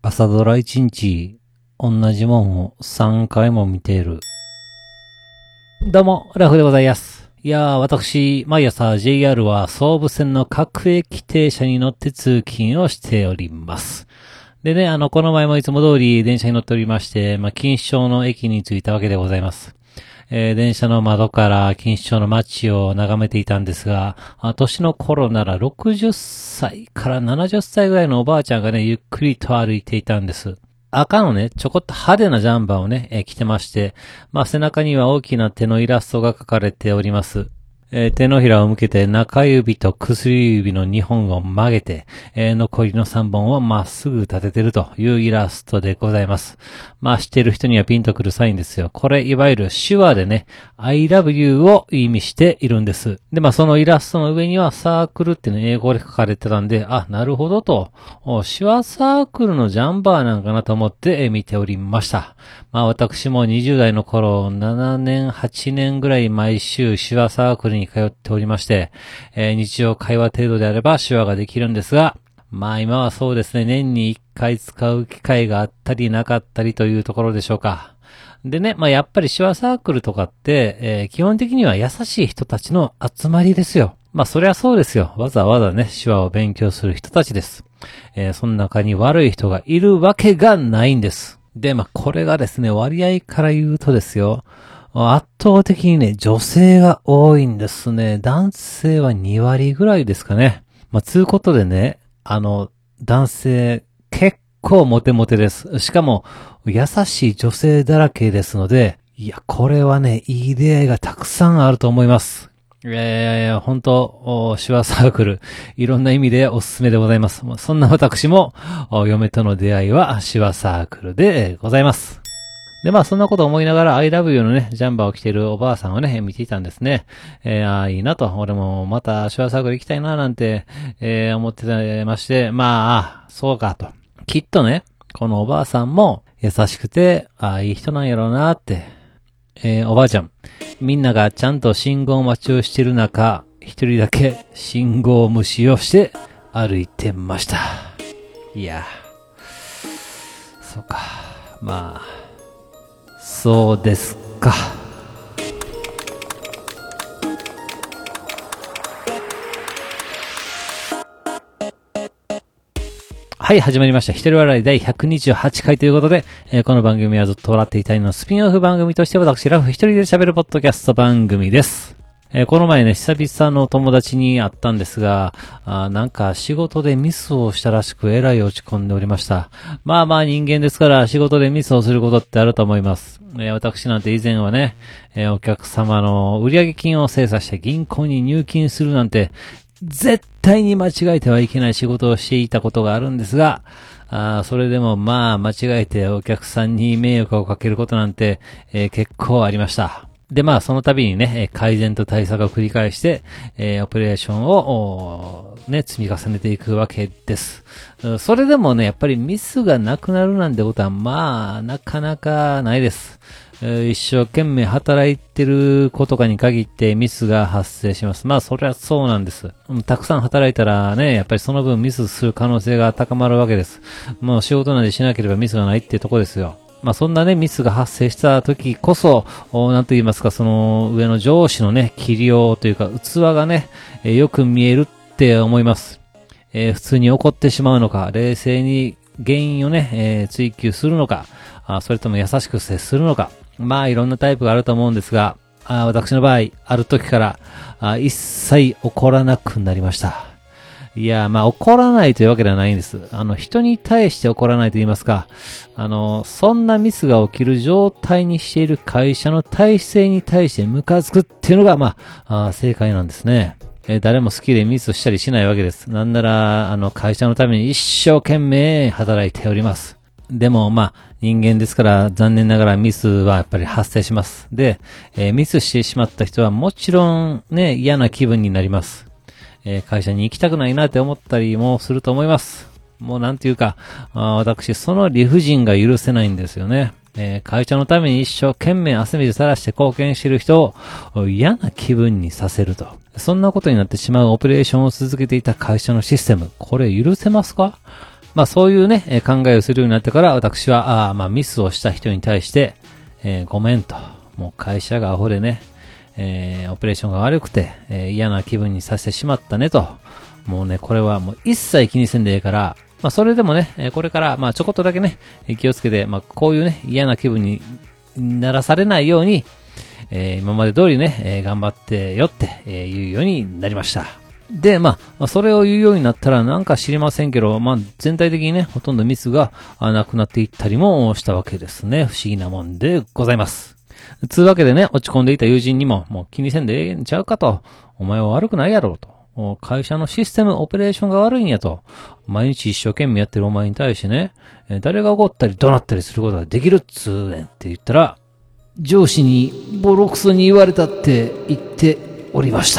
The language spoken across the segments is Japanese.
朝ドラ1日、同じもんを3回も見ている。どうも、ラフでございます。いやー、私、毎朝 JR は総武線の各駅停車に乗って通勤をしております。でね、この前もいつも通り電車に乗っておりまして、錦糸町の駅に着いたわけでございます。電車の窓から錦糸町の街を眺めていたんですが、年の頃なら60歳から70歳ぐらいのおばあちゃんがね、ゆっくりと歩いていたんです。赤のね、ちょこっと派手なジャンバーをね、着てまして、背中には大きな手のイラストが描かれております。手のひらを向けて中指と薬指の2本を曲げて、残りの3本をまっすぐ立ててるというイラストでございます。知ってる人にはピンとくるサインですよ。これ、いわゆる手話でね、I love you を意味しているんです。で、そのイラストの上にはサークルってね、英語で書かれてたんで、なるほどと、手話サークルのジャンバーなんかなと思って見ておりました。私も20代の頃、7年、8年ぐらい毎週手話サークルに通っておりまして、日常会話程度であれば手話ができるんですが、今はそうですね、年に1回使う機会があったりなかったりというところでしょうか。でね、やっぱり手話サークルとかって、基本的には優しい人たちの集まりですよ。そりゃそうですよ。わざわざね、手話を勉強する人たちです。その中に悪い人がいるわけがないんです。で、これがですね、割合から言うとですよ、圧倒的にね、女性が多いんですね。男性は2割ぐらいですかね。つうことでね、男性、結構モテモテです。しかも、優しい女性だらけですので、いや、これはね、いい出会いがたくさんあると思います。本当手話サークル、いろんな意味でおすすめでございます。そんな私も、嫁との出会いは手話サークルでございます。で、そんなこと思いながら I love you のね、ジャンバーを着ているおばあさんをね、見ていたんですね。いいなと、俺もまた手話サークル行きたいななんて、思ってまして、そうかと。きっとね、このおばあさんも優しくて、いい人なんやろうなって。おばあちゃん。みんながちゃんと信号待ちをしてる中、一人だけ信号無視をして歩いてました。いや、そうか。そうですか。はい、始まりました。一人笑い第128回ということで、この番組はずっと笑っていたいのスピンオフ番組として私、ラフ一人で喋るポッドキャスト番組です。この前ね、久々の友達に会ったんですが、なんか仕事でミスをしたらしく、えらい落ち込んでおりました。人間ですから仕事でミスをすることってあると思います。私なんて以前はね、お客様の売上金を精査して銀行に入金するなんて、絶対に間違えてはいけない仕事をしていたことがあるんですが、それでも間違えてお客さんに迷惑をかけることなんて、結構ありました。で、その度にね、改善と対策を繰り返して、オペレーションを、ね、積み重ねていくわけです。それでもね、やっぱりミスがなくなるなんてことは、なかなかないです。一生懸命働いてる子とかに限ってミスが発生します。そりゃそうなんです。たくさん働いたらね、やっぱりその分ミスする可能性が高まるわけです。もう仕事なんでしなければミスがないっていうところですよ。そんなね、ミスが発生した時こそ、なんと言いますか、その上の上司のね、器量というか器がね、よく見えるって思います。普通に怒ってしまうのか、冷静に原因をね、追求するのか、それとも優しく接するのか。いろんなタイプがあると思うんですが、私の場合、ある時から、一切怒らなくなりました。いや、怒らないというわけではないんです。人に対して怒らないと言いますか、そんなミスが起きる状態にしている会社の体制に対してムカつくっていうのが、正解なんですね。誰も好きでミスしたりしないわけです。なんなら、会社のために一生懸命働いております。でも人間ですから残念ながらミスはやっぱり発生します。で、ミスしてしまった人はもちろんね、嫌な気分になります。会社に行きたくないなって思ったりもすると思います。もうなんていうか、私その理不尽が許せないんですよね。会社のために一生懸命汗水垂らして貢献している人を嫌な気分にさせると。そんなことになってしまうオペレーションを続けていた会社のシステム。これ許せますか？ そういうね、考えをするようになってから、私は、ミスをした人に対して、ごめんと。もう会社がアホでね、オペレーションが悪くて、嫌な気分にさせてしまったねと。もうね、これはもう一切気にせんでええから、それでもね、これから、ちょこっとだけね、気をつけて、こういうね、嫌な気分にならされないように、今まで通りね、頑張ってよって、言うようになりました。で、それを言うようになったらなんか知りませんけど、全体的にね、ほとんどミスがなくなっていったりもしたわけですね。不思議なもんでございます。つうわけでね、落ち込んでいた友人にも、もう気にせんでええんちゃうかと。お前は悪くないやろうと。会社のシステム、オペレーションが悪いんやと。毎日一生懸命やってるお前に対してね、誰が怒ったり怒鳴ったりすることができるっつうねんって言ったら、上司にボロクソに言われたって言っておりました。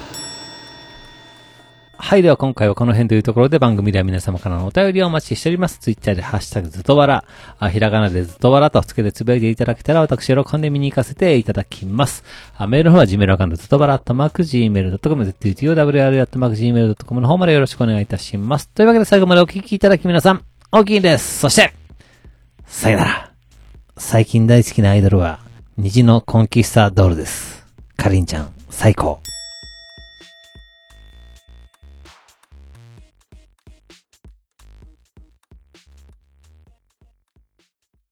はい、では今回はこの辺というところで番組では皆様からのお便りをお待ちしております。ツイッターでハッシュタグずとわら、ひらがなでずとわらとつけてつぶやいていただけたら私喜んで見に行かせていただきます。メールの方は Gmail アカウントずとわら@gmail.com、zutowr@gmail.com の方までよろしくお願いいたします。というわけで最後までお聞きいただき皆さん、大きいです。そして、さよなら。最近大好きなアイドルは、虹のコンキスタドールです。かりんちゃん、最高。